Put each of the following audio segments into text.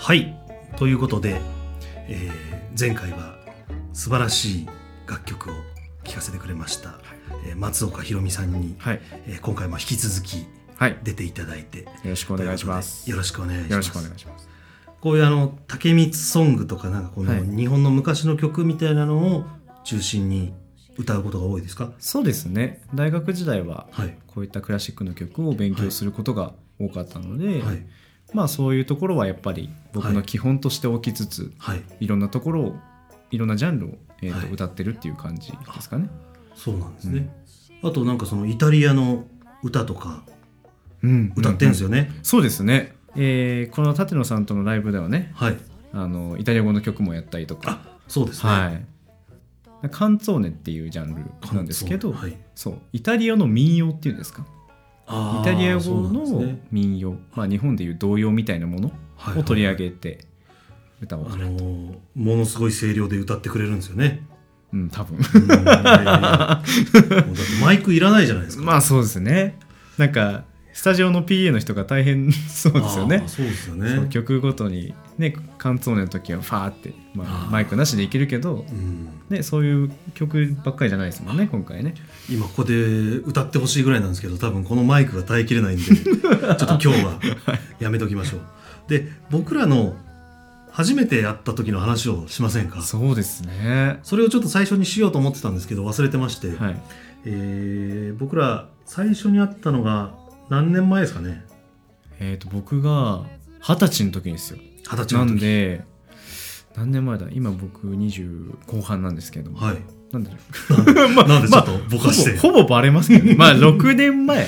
はい、ということで、前回は素晴らしい楽曲を聴かせてくれました、松岡弘美さんに、今回も引き続き出ていただいて、 よろしくお願いします。 よろしくお願いします。 よろしくお願いします。 こういう竹光ソングとかなんかこの日本の昔の曲みたいなのを中心に歌うことが多いですか？ そうですね。大学時代はこういったクラシックの曲を勉強することが多かったので、まあそういうところはやっぱり僕の基本として置きつつ、いろんなところをいろんなジャンルを、歌ってるっていう感じですかね。 そうなんですね、あとなんかそのイタリアの歌とか歌ってんですよね、 そうですね、この舘野さんとのライブではね、イタリア語の曲もやったりとか。 そうですね、 カンツォーネっていうジャンルなんですけど、そうイタリアの民謡っていうんですか、イタリア語の民謡、日本でいう童謡みたいなものを取り上げて歌をものすごい声量で歌ってくれるんですよね。 多分だってマイクいらないじゃないですか。 まあそうですね。なんかスタジオの PA の人が大変そうですよね。 そうですよね。 曲ごとにね、カンツォーネの時はファーって、マイクなしでいけるけど、そういう曲ばっかりじゃないですもんね、今回ね。 今ここで歌ってほしいぐらいなんですけど、多分このマイクが耐えきれないんでちょっと今日はやめときましょう。で、僕らの初めてやった時の話をしませんか？ そうですね。 それをちょっと最初にしようと思ってたんですけど忘れてまして、僕ら最初に会ったのが何年前ですかね。 僕が20歳の時ですよ。 20歳の時なんで何年前だ、今僕20後半なんですけども、なんでなんでちょっとぼかしてほぼバレますけどね。6年前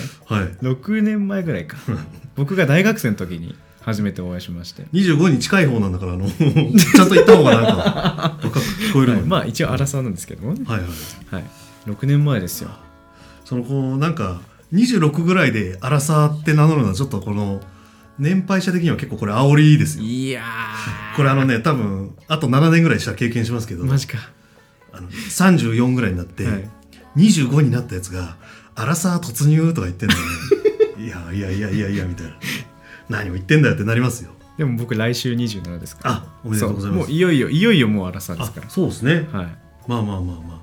6年前ぐらいか僕が大学生の時に初めてお会いしまして。 25に近い方なんだからちゃんと言った方がなんか深く聞こえるのに、 一応アラサーなんですけどもね。6年前ですよ。 そのこうなんか26ぐらいでアラサーって名乗るのはちょっとこの年配者的には結構これ煽りですよ。 いやー、これ多分あと7年ぐらいしたら経験しますけど、 マジか。 34ぐらいになって、25になったやつがアラサー突入とか言ってんのねいやみたいな何を言ってんだよってなりますよ。 でも僕来週27ですから。 おめでとうございます。 もういよいよもうアラサーですから。 そうですね、まあ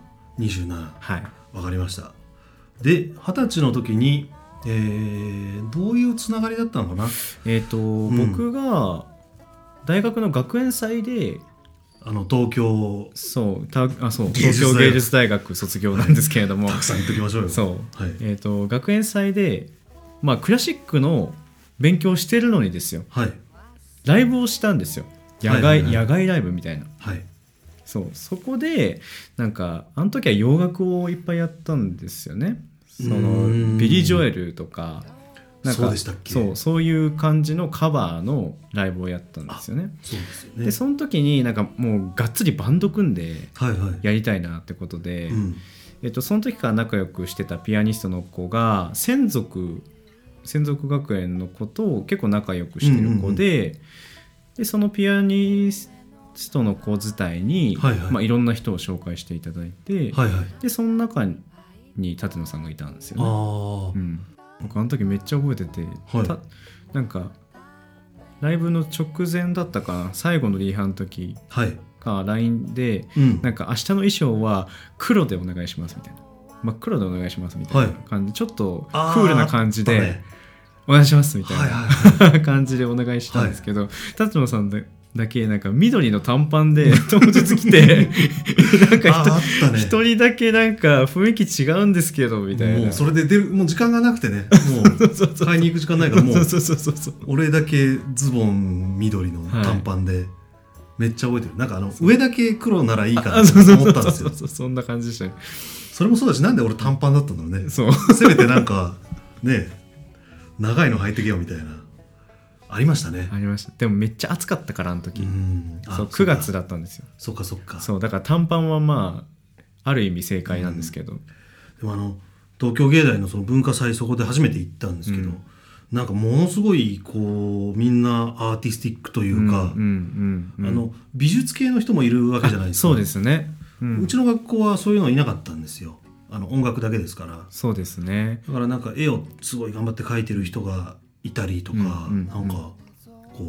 27、わかりました。で20歳の時に、どういうつながりだったのかな。 僕が大学の学園祭で東京芸術大学卒業なんですけれども、 たくさん言っときましょうよ。 学園祭で、クラシックの勉強してるのにですよ、ライブをしたんですよ。野外ライブみたいな。そこでなんかあの時は洋楽をいっぱいやったんですよね。ビリー・ジョエルとかなんかそういう感じのカバーのライブをやったんですよね。でその時になんかもうがっつりバンド組んでやりたいなってことで、その時から仲良くしてたピアニストの子が専属学園の子と結構仲良くしてる子で、そのピアニストの子伝いにいろんな人を紹介していただいて、でその中に舘野さんがいたんですよね。僕あの時めっちゃ覚えてて、なんかライブの直前だったかな、最後のリハの時か LINE で、なんか明日の衣装は黒でお願いしますみたいな、真っ黒でお願いしますみたいな感じ、ちょっとクールな感じでお願いしますみたいな感じでお願いしたんですけど、舘野さんだけなんか緑の短パンで当日来てなんか一人だけなんか雰囲気違うんですけどみたいな。 もうそれでもう時間がなくてね、もう買いに行く時間ないから、もう俺だけズボン緑の短パンで、めっちゃ覚えてる。なんか上だけ黒ならいいかなと思ったんですよ。 そんな感じでしたね。 それもそうだし、なんで俺短パンだったんだろうね。せめてなんかね長いの履いてけよみたいなありましたね。 ありました。でもめっちゃ暑かったからあの時。9月だったんですよ。 そっか。 だから短パンはある意味正解なんですけど、 でも東京芸大のその文化祭、そこで初めて行ったんですけど、なんかものすごいこうみんなアーティスティックというか、美術系の人もいるわけじゃないですか。 そうですね、 うちの学校はそういうのいなかったんですよ。音楽だけですから。 そうですね。 だからなんか絵をすごい頑張って描いてる人がいたりとか、なんかこう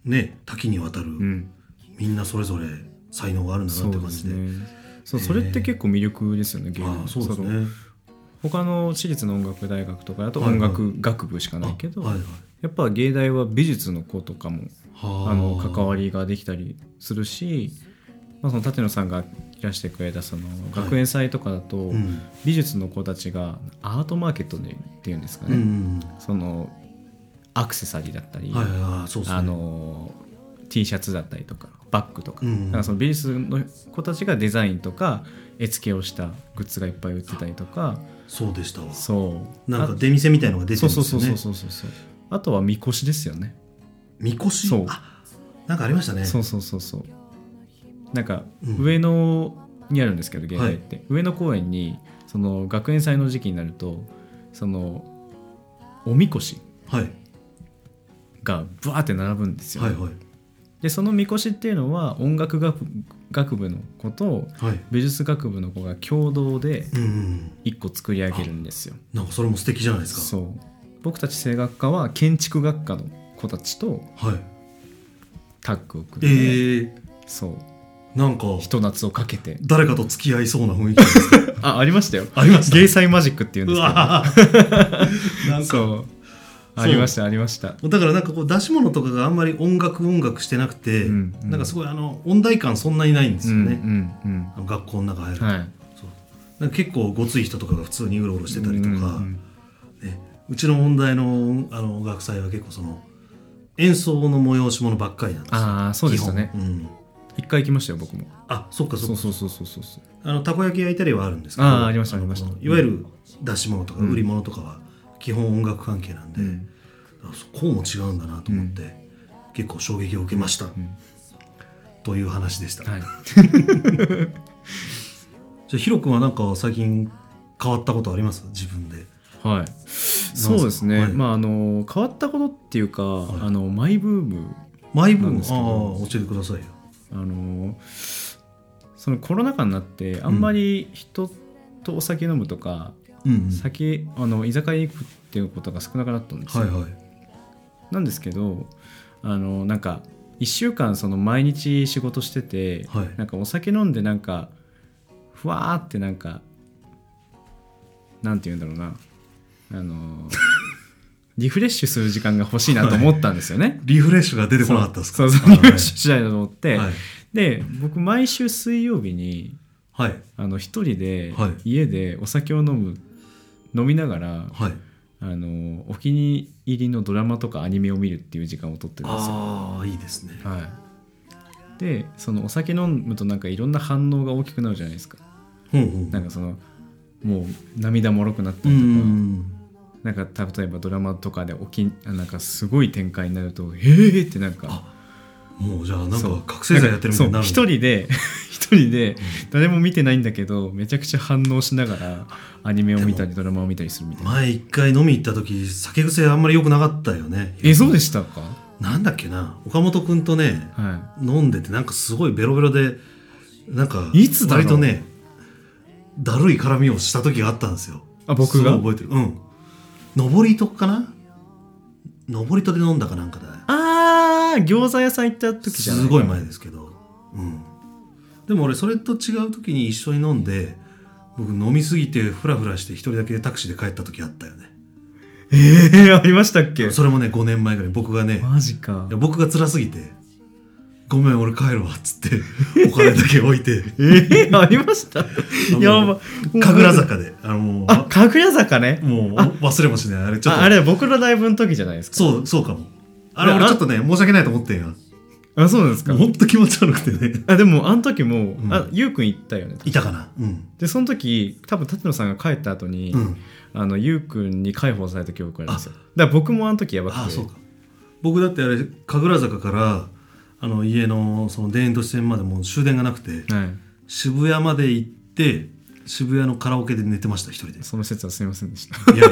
ね多岐にわたる、みんなそれぞれ才能があるんだなって感じで、 それって結構魅力ですよね、芸能。 そうですね。 他の私立の音楽大学とかだと音楽学部しかないけど、やっぱ芸大は美術の子とかも関わりができたりするし、その舘野さんがいらしてくれたその学園祭とかだと、美術の子たちがアートマーケットでっていうんですかね、そのアクセサリーだったり、T シャツだったりとかバッグとか、だからその美術の子たちがデザインとか絵付けをしたグッズがいっぱい売ってたりとか。 そうでしたわ。 そうなんか出店みたいのが出てるんですよね。 そう。あとはみこしですよね。 みこし。 そう。 なんかありましたね。 そう。なんか上野にあるんですけど、芸大って、上野公園にその学園祭の時期になるとそのおみこしがブワーって並ぶんですよ、でそのみこしっていうのは音楽学部の子と美術学部の子が共同で1個作り上げるんですよ。 なんかそれも素敵じゃないですか。 そう。僕たち声楽科は建築学科の子たちとタッグを組んで、そうなんかひと夏をかけて誰かと付き合いそうな雰囲気ですありましたよ。 ありました。 芸祭マジックっていうんですけどなんかそうありましただからなんかこう出し物とかがあんまり音楽してなくて、なんかすごい音大感そんなにないんですよね、学校の中入ると、そうなんか結構ごつい人とかが普通にうろうろしてたりとか、うちの音大の学祭は結構その演奏の催し物ばっかりなんですよ。 そうですよね。一回行きましたよ僕も。 そっかそうそうたこ焼き焼いたりはあるんですけど、 ありましたいわゆる出し物とか売り物とかは基本音楽関係なんで、こうも違うんだなと思って、結構衝撃を受けました、という話でした。じゃあヒロ君はなんか最近変わったことあります？自分で。 そうですね、変わったことっていうか、マイブームなんですけど、 教えてくださいよ。 そのコロナ禍になってあんまり人とお酒飲むとか、居酒屋に行くっていうことが少なくなったんですよ、なんですけどなんか1週間その毎日仕事してて、なんかお酒飲んでなんかふわーってなんかなんて言うんだろうなリフレッシュする時間が欲しいなと思ったんですよね。 リフレッシュが出てこなかったですか？ そうリフレッシュしたいなと思って、で僕毎週水曜日に一人で家でお酒を飲みながら、お気に入りのドラマとかアニメを見るっていう時間を取ってるんですよ。 いいですね。 でそのお酒飲むとなんかいろんな反応が大きくなるじゃないですか。なんかそのもう涙もろくなったりとか、なんか例えばドラマとかでなんかすごい展開になるとってなんかもうじゃあなんか覚醒剤やってるみたいになる。 一人で誰も見てないんだけどめちゃくちゃ反応しながらアニメを見たりドラマを見たりするみたいな。 前一回飲み行った時酒癖あんまり良くなかったよね。 そうでしたか？ なんだっけな、岡本くんとね、飲んでてなんかすごいベロベロでなんか割とねだるい絡みをした時があったんですよ。 僕が覚えてる。登りとかな、登りとで飲んだかなんかで、 餃子屋さん行った時じゃない？ すごい前ですけど、でも俺それと違う時に一緒に飲んで、僕飲みすぎてフラフラして一人だけタクシーで帰った時あったよね。 ありましたっけ？ それもね5年前ぐらい。僕がね、 マジか。 僕が辛すぎてごめん俺帰るわっつってお金だけ置いてありました。やば。 神楽坂で神楽坂ね。 もう忘れもしない。あれちょっとあれ僕のライブの時じゃないですか。 そうかも。あれ俺ちょっとね申し訳ないと思ってんや。 そうなんですか。 ほんと気持ち悪くてね。 でもあの時もゆうくん行ったよね。 いたかな。 でその時多分舘野さんが帰った後にゆうくんに解放された記憶があるんですよ。だから僕もあの時やばくて。 そうか。僕だってあれ神楽坂から家のその田園都市線までもう終電がなくて、渋谷まで行って渋谷のカラオケで寝てました、一人で。 その説はすみませんでした。いや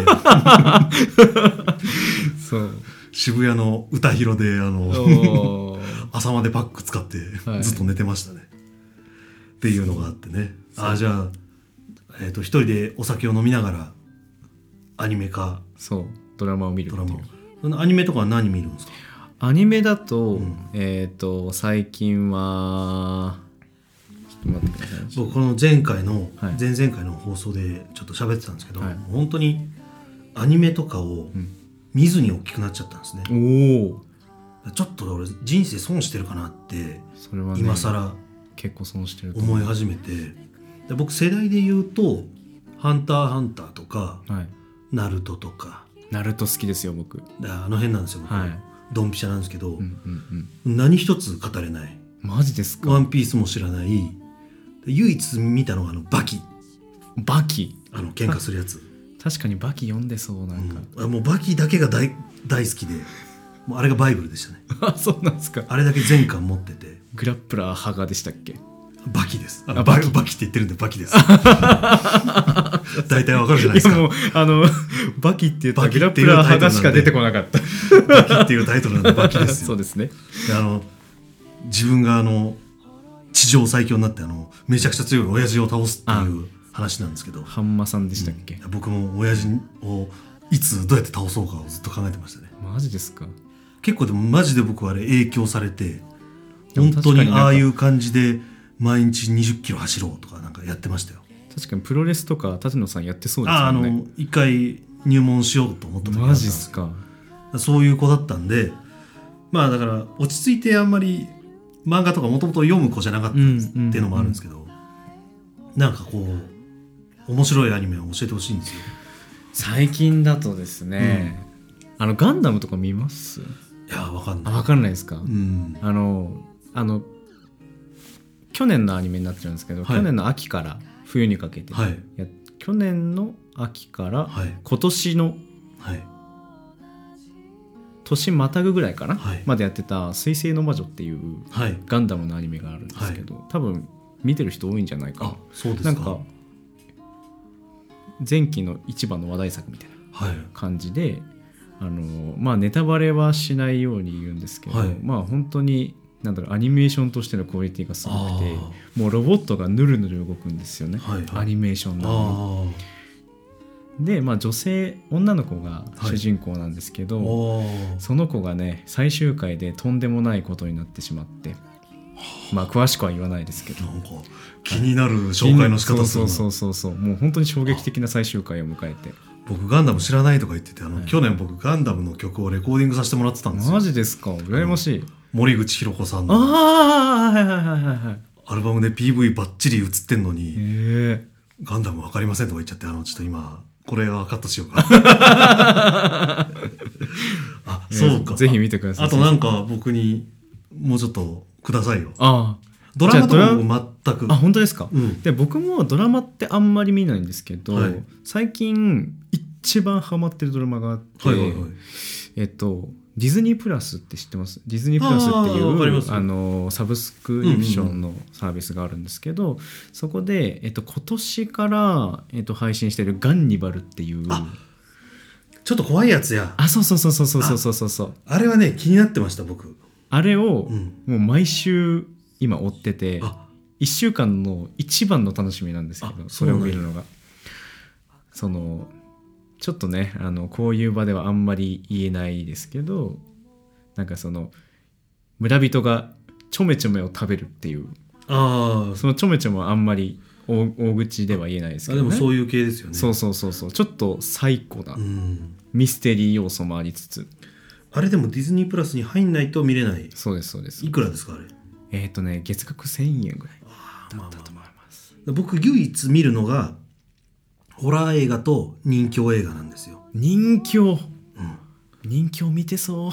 そう渋谷の歌広で朝までバッグ使ってずっと寝てましたね、っていうのがあってね。じゃあ、一人でお酒を飲みながらアニメかドラマを見るっていう。 アニメとかは何見るんですか？ アニメだと、最近はちょっと待ってください。 僕この前々回の放送でちょっと喋ってたんですけど、本当にアニメとかを見ずに大きくなっちゃったんですね。ちょっと俺人生損してるかなってそれは、ね、今更結構損してる思い始めて、で僕世代で言うとハンターハンターとか、ナルトとか。 ナルト好きですよ僕。 あの辺なんですよ僕、ドンピシャなんですけど、何一つ語れない。 マジですか。 ワンピースも知らない。唯一見たのがバキ喧嘩するやつ。 確かにバキ読んでそうなんか、 もうバキだけが大好きで、もうあれがバイブルでしたね。 あ、そうなんですか。 あれだけ全巻持ってて。 グラップラーハガでしたっけ。 バキです。バキって言ってるんでバキです。大体わかるじゃないですか。 いやもうバキって言ったらグラップラーハガしか出てこなかった。 バキっていうタイトルなんでバキですよ。 そうですね。 自分が地上最強になってめちゃくちゃ強い親父を倒すっていう話なんですけど。 ハンマさんでしたっけ。 僕も親父をいつどうやって倒そうかをずっと考えてましたね。 マジですか。 結構でもマジで僕はあれ影響されて、本当にああいう感じで毎日20キロ走ろうとかなんかやってましたよ。 確かにプロレスとか舘野さんやってそうですよね。 一回入門しようと思った時があったんです。 マジっすか。 そういう子だったんで、だから落ち着いてあんまり漫画とかもともと読む子じゃなかったっていうのもあるんですけど、なんかこう面白いアニメを教えてほしいんですよ。 最近だとですね、ガンダムとか見ます？ いや分かんない。 分かんないですか。去年のアニメになっちゃうんですけど、去年の秋から冬にかけて、去年の秋から今年の、年またぐぐらいかな、までやってた水星の魔女っていうガンダムのアニメがあるんですけど、多分見てる人多いんじゃないかな。 そうですか。 なんか前期の一番の話題作みたいな感じで、ネタバレはしないように言うんですけど、本当にアニメーションとしてのクオリティがすごくて、もうロボットがぬるぬる動くんですよね、アニメーションなのに。で、女の子が主人公なんですけど、その子がね最終回でとんでもないことになってしまって、詳しくは言わないですけど、 なんか気になる紹介の仕方するな。 そうもう本当に衝撃的な最終回を迎えて、 僕ガンダム知らないとか言ってて、去年僕ガンダムの曲をレコーディングさせてもらってたんですよ。 マジですか。羨ましい。 森口博子さんのアルバムで PV バッチリ映ってんのに、ガンダム分かりませんとか言っちゃって、ちょっと今これはカットしようか。そうか。 ぜひ見てください。 あとなんか僕にもうちょっとくださいよ。ドラマとかも全く。 本当ですか。で僕もドラマってあんまり見ないんですけど、最近一番ハマってるドラマがあって、ディズニープラスって知ってます？ディズニープラスっていうサブスクリプションのサービスがあるんですけど、そこで、今年から、配信してるガンニバルっていう、 ちょっと怖いやつや。 そうあれはね気になってました僕。 あれを、もう毎週今追ってて、1週間の一番の楽しみなんですけど、それを見るのがちょっとねこういう場ではあんまり言えないですけど、なんか村人がちょめちょめを食べるっていう、そのちょめちょめはあんまり大口では言えないですけどね。 でもそういう系ですよね。 そうちょっと最高なミステリー要素もありつつ、 あれでもディズニープラスに入んないと見れない。 そうです。 いくらですかあれ。 月額1000円ぐらいだったと思います。 僕唯一見るのがホラー映画と人気映画なんですよ。 人気見てそう。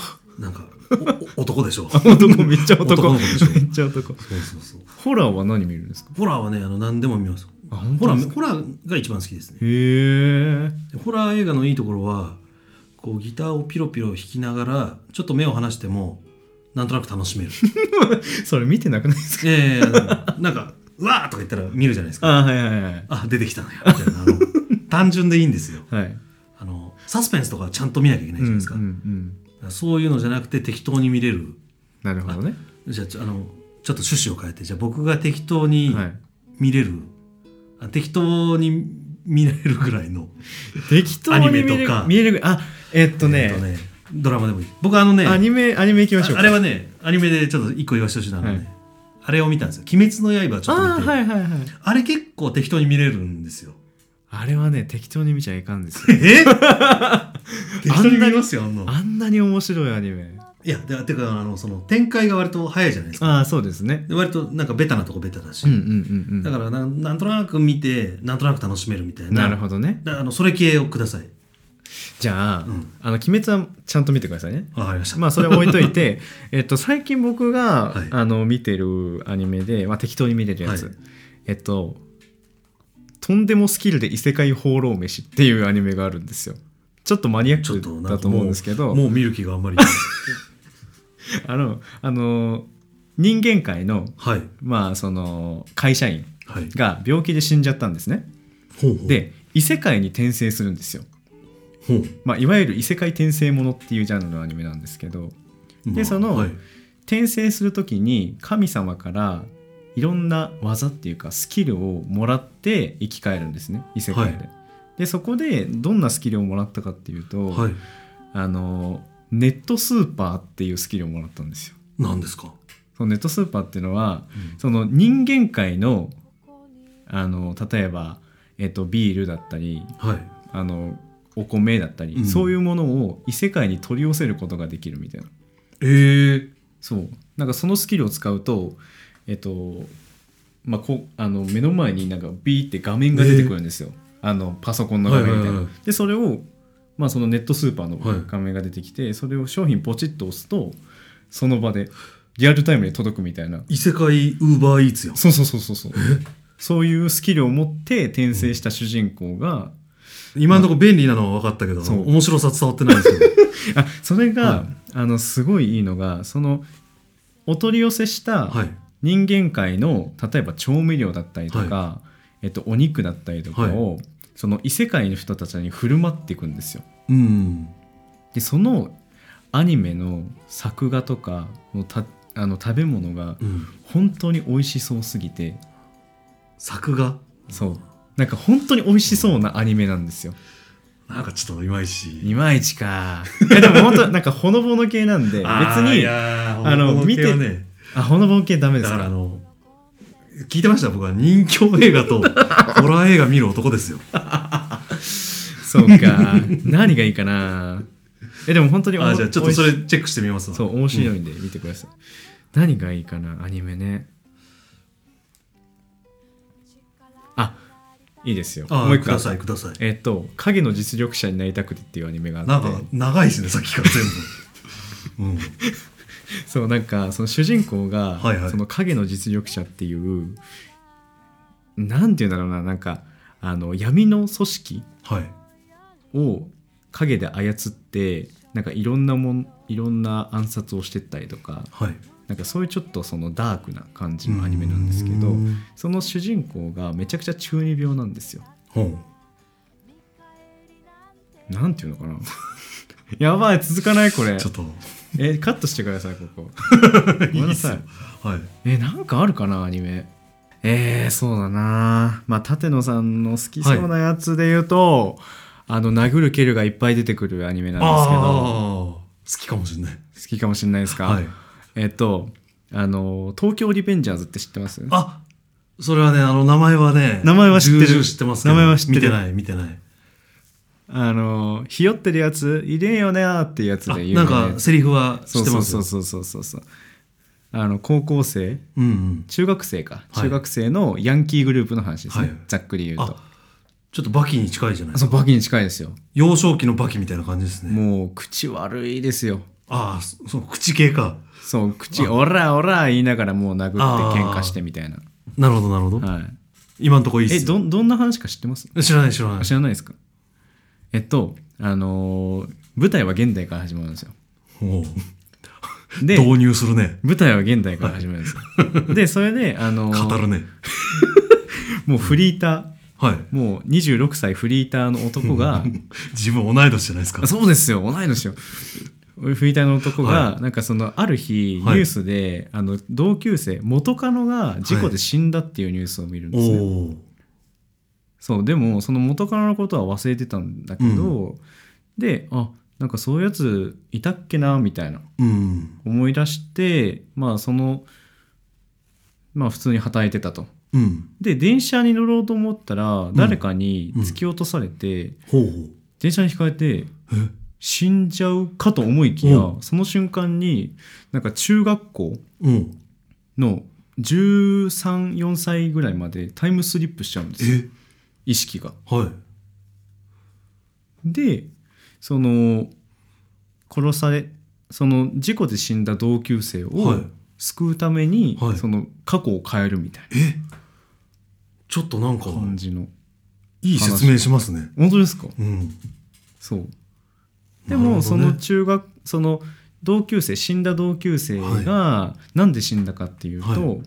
なんか男でしょ。 男めっちゃ男。 男の子でしょ。 めっちゃ男。 そうホラーは何見るんですか？ ホラーはね何でも見ます。ホラーが一番好きですね。ホラー映画のいいところはこうギターをピロピロ弾きながらちょっと目を離してもなんとなく楽しめる。 それ見てなくないですか？なんかうわーとか言ったら見るじゃないですか。出てきたのよみたいな。単純でいいんですよ。サスペンスとかちゃんと見なきゃいけないじゃないですか。そういうのじゃなくて適当に見れる。 なるほどね。 じゃあちょっと趣旨を変えて、じゃあ僕が適当に見れる、適当に見れるぐらいの適当にアニメとか見れるドラマでもいい。僕アニメいきましょうか。 あれはね、アニメでちょっと一個言わせてほしいのはね、はい、あれを見たんですよ。鬼滅の刃ちょっと見て。 はいはいはい。 あれ結構適当に見れるんですよ。 あれはね、適当に見ちゃいかんですよ。 適当に見ますよ、 あんなに面白いアニメ。 いや、てかその展開が割と早いじゃないですか。 そうですね。 で割となんかベタなとこベタだし、だからなんとなく見てなんとなく楽しめるみたいな。 なるほどね。 それ系をください。 じゃあ、鬼滅はちゃんと見てくださいね。 わかりました。 まあそれ置いといて最近僕が、見てるアニメで、適当に見れるやつ、とんでもスキルで異世界放浪飯っていうアニメがあるんですよ。ちょっとマニアックだと思うんですけど、 もう見る気があんまり人間界の、その会社員が病気で死んじゃったんですね。で異世界に転生するんですよ。いわゆる異世界転生ものっていうジャンルのアニメなんですけど、でその、転生する時に神様からいろんな技っていうかスキルをもらって生き返るんですね、異世界で。でそこでどんなスキルをもらったかっていうと、ネットスーパーっていうスキルをもらったんですよ。 何ですか？ そのネットスーパーっていうのは、その人間界の例えば、ビールだったり、お米だったり、そういうものを異世界に取り寄せることができるみたいな。そうなんかそのスキルを使うと目の前になんかビーって画面が出てくるんですよ。パソコンの画面みたいな。でそれをそのネットスーパーの画面が出てきて、それを商品ポチッと押すとその場でリアルタイムに届くみたいな。 異世界ウーバーイーツよ。 そうそういうスキルを持って転生した主人公が、 今のところ便利なのは分かったけど、面白さ伝わってないですけどそれが、すごいいいのが、そのお取り寄せした人間界の例えば調味料だったりとか、お肉だったりとかを、その異世界の人たちに振る舞っていくんですよ。でそのアニメの作画とかの食べ物が本当に美味しそうすぎて、 作画なんか本当に美味しそうなアニメなんですよ。 なんかちょっといまいちか。でも本当なんかほのぼの系なんで別に見てほのぼの系ダメですか？ だから聞いてました。僕は人気映画とホラー映画見る男ですよそうか何がいいかな。でも本当にじゃあちょっとそれチェックしてみますわ。 そう面白いんで見てください。何がいいかなアニメね。いいですよ。もう一個ください。 影の実力者になりたくてっていうアニメがあって、 なんか長いですねさっきから全部そうなんかその主人公が、その影の実力者っていうなんていうんだろうな、なんか闇の組織を影で操って、なんかいろんな暗殺をしてったりとか、なんかそういうちょっとそのダークな感じのアニメなんですけど、その主人公がめちゃくちゃ中二病なんですよ。なんていうのかなやばい続かないこれ。 ちょっとカットしてくださいここごめんなさい。なんかあるかなアニメ。そうだな、舘野さんの好きそうなやつで言うと、殴る蹴るがいっぱい出てくるアニメなんですけど。 好きかもしれないですか？東京リベンジャーズって知ってます？ それはね、名前は知ってる。知ってますけど名前は知ってる。 見てないひよってるやついねえよねーっていうやつで有名な。 なんかセリフは知ってますよ。 そう高校生、中学生か、中学生のヤンキーグループの話ですね、ざっくり言うと。 ちょっとバキに近いじゃないですか。 バキに近いですよ。 幼少期のバキみたいな感じですね。 もう口悪いですよ。 そう口系か。 そう口オラオラ言いながらもう殴って喧嘩してみたいな。 なるほど、今のとこいいっすよ。 どんな話か知ってます？ 知らないですか？舞台は現代から始まるんですよ。で導入するね。 舞台は現代から始まるんですよ。でそれで語るねもうフリーター、もう26歳フリーターの男が自分同い年じゃないですか。 そうですよ、同い年よ。フリーターの男が、なんかある日ニュースで、同級生元カノが事故で死んだっていうニュースを見るんですね。そうでもその元カノのことは忘れてたんだけど、でなんかそういうやついたっけなみたいな、思い出して、まあ普通に働いてたと。で電車に乗ろうと思ったら誰かに突き落とされて、電車にひかれて死んじゃうかと思いきや、その瞬間になんか中学校の13、4歳ぐらいまでタイムスリップしちゃうんですよ、意識が。でその事故で死んだ同級生を救うために、その過去を変えるみたいな、 ちょっとなんか感じのいい説明しますね。 本当ですか？そうでも、その同級生、死んだ同級生がなんで死んだかっていうと、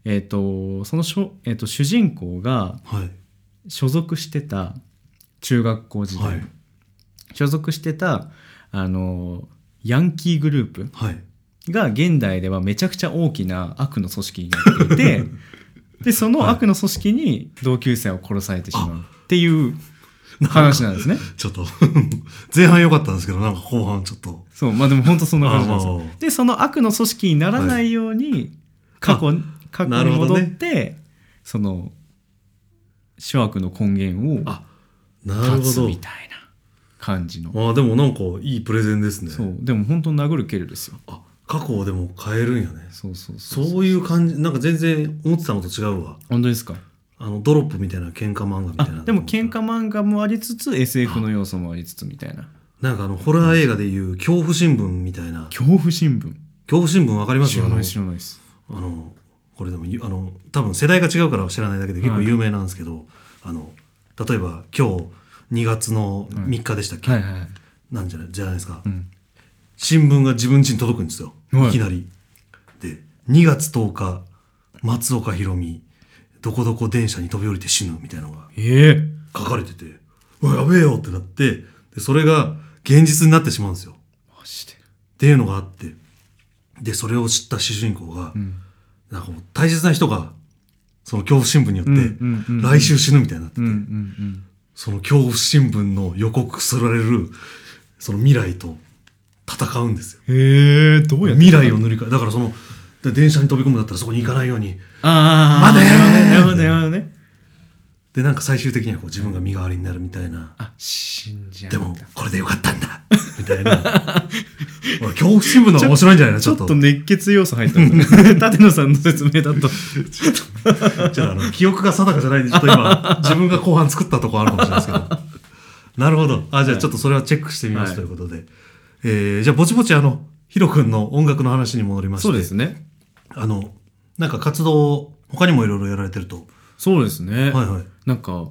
主人公が所属してた中学校時代、所属してたヤンキーグループが現代ではめちゃくちゃ大きな悪の組織になっていてでその悪の組織に同級生を殺されてしまうっていう話なんですね。 ちょっと前半良かったんですけど、なんか後半ちょっとでも本当そんな感じなんですよ。でその悪の組織にならないように過去に戻って、その諸悪の根源を断つみたいな感じの。 でもなんかいいプレゼンですね。 そうでも本当殴る蹴るですよ。 過去をでも変えるんやね。 そういう感じ。なんか全然思ってたのと違うわ。 本当ですか？ ドロップみたいな喧嘩漫画みたいな。 でも喧嘩漫画もありつつ SF の要素もありつつみたいな。 なんかホラー映画でいう恐怖新聞みたいな。 恐怖新聞わかりますよ？ 知らないです。 これでも多分世代が違うから知らないだけで結構有名なんですけど、例えば今日2月の3日でしたっけ、なんじゃないですか、新聞が自分家に届くんですよ、いきなり。で2月10日松岡弘美どこどこ電車に飛び降りて死ぬみたいなのが書かれてて、やべえよってなって、でそれが現実になってしまうんですよ。 マジでっていうのがあって、でそれを知った主人公が、なんかもう大切な人がその恐怖新聞によって来週死ぬみたいになってて、その恐怖新聞の予告すられるその未来と戦うんですよ。 どうやって未来を塗り替え、だから電車に飛び込むんだったらそこに行かないように、 待てーなるほどね。 でなんか最終的には自分が身代わりになるみたいな。 死んじゃう。 でもこれでよかったんだみたいな。恐怖新聞の方が面白いんじゃないの？ ちょっと熱血要素入ったんですね。舘野さんの説明だとちょっと記憶が定かじゃないんで、ちょっと今自分が後半作ったとこあるかもしれないですけど。なるほど。じゃあちょっとそれはチェックしてみますということで、じゃあぼちぼちヒロ君の音楽の話に戻りまして。 そうですね。 なんか活動他にもいろいろやられてると。 そうですね。なんか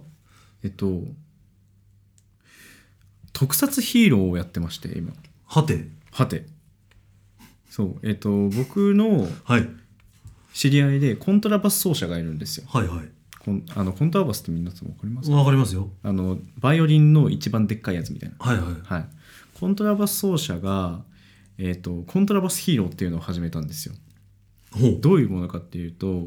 特撮ヒーローをやってまして今。はて。そう、僕の知り合いでコントラバス奏者がいるんですよ。コントラバスって皆さん分かりますか？ 分かりますよ。 バイオリンの一番でっかいやつみたいな。コントラバス奏者が、コントラバスヒーローっていうのを始めたんですよ。どういうものかっていうと、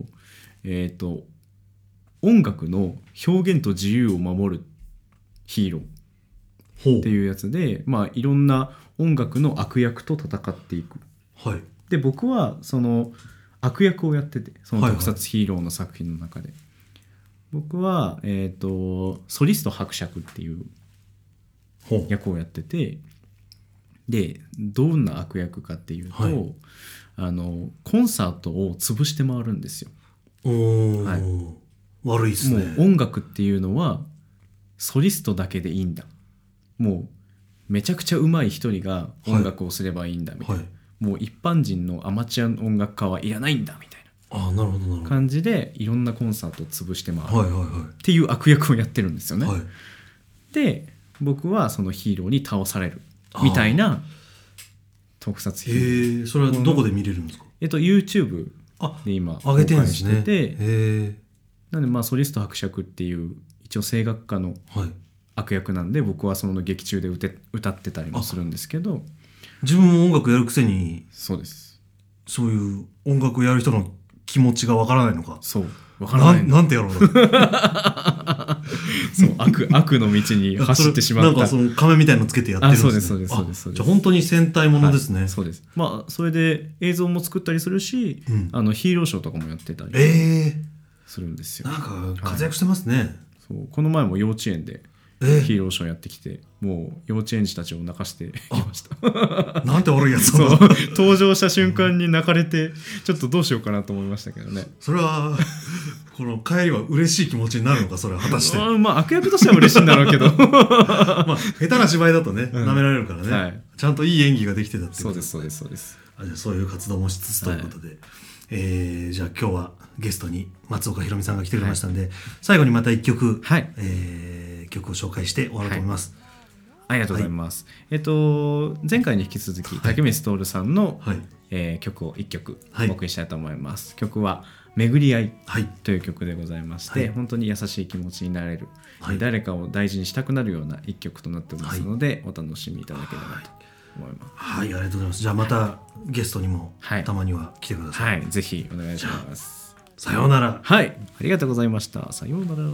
音楽の表現と自由を守るヒーローっていうやつで、いろんな音楽の悪役と戦っていく。で僕はその悪役をやってて、その特撮ヒーローの作品の中で、僕は、ソリスト伯爵っていう役をやってて、でどんな悪役かっていうと、コンサートを潰して回るんですよ。 悪いですね。 もう音楽っていうのはソリストだけでいいんだ、もうめちゃくちゃ上手い一人が音楽をすればいいんだみたいな、もう一般人のアマチュアの音楽家はいらないんだみたいな感じでいろんなコンサートを潰して回るっていう悪役をやってるんですよね。で僕はそのヒーローに倒されるみたいな特撮ヒーロー。 それはどこで見れるんですか ？YouTube で今上げてるんですね。 公開してて、なんでソリスト伯爵っていう一応声楽家の悪役なんで、僕はその劇中で歌ってたりもするんですけど。 自分も音楽やるくせに。 そうです。 そういう音楽をやる人の気持ちがわからないのか。 そう、わからない。 なんてやろうそう悪の道に走ってしまった。 なんかその仮面みたいのつけてやってるんですね。 そうですじゃあ本当に戦隊ものですね。 そうです。それで映像も作ったりするし、ヒーローショーとかもやってたりするんですよ。 なんか活躍してますね。 そうこの前も幼稚園でヒーローショーやってきて、もう幼稚園児たちを泣かしてきました。 なんて悪いやつ。 そう登場した瞬間に泣かれて、ちょっとどうしようかなと思いましたけどね。 それはこの帰りは嬉しい気持ちになるのか、それは果たして。 悪役としては嬉しいんだろうけど下手な芝居だとね、舐められるからね、ちゃんといい演技ができてたってことですね。 そうです。 じゃあそういう活動もしつつということで、じゃあ今日はゲストに松岡弘美さんが来てくれましたんで、最後にまた一曲、曲を紹介して終わろうと思います。 ありがとうございます。前回に引き続き竹光徹さんの、曲を1曲お送りしたいと思います。曲は巡り合いという曲でございまして、本当に優しい気持ちになれる、誰かを大事にしたくなるような1曲となっておりますので、お楽しみいただければと思います。 ありがとうございます。じゃあまたゲストにもたまには来てください。 ぜひお願いします。 さようなら。 ありがとうございました。さようなら。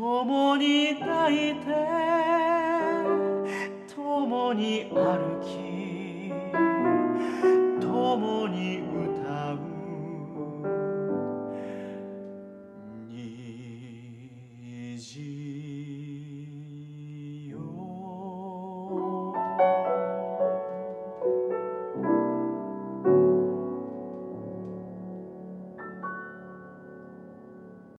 共に抱いて共に歩き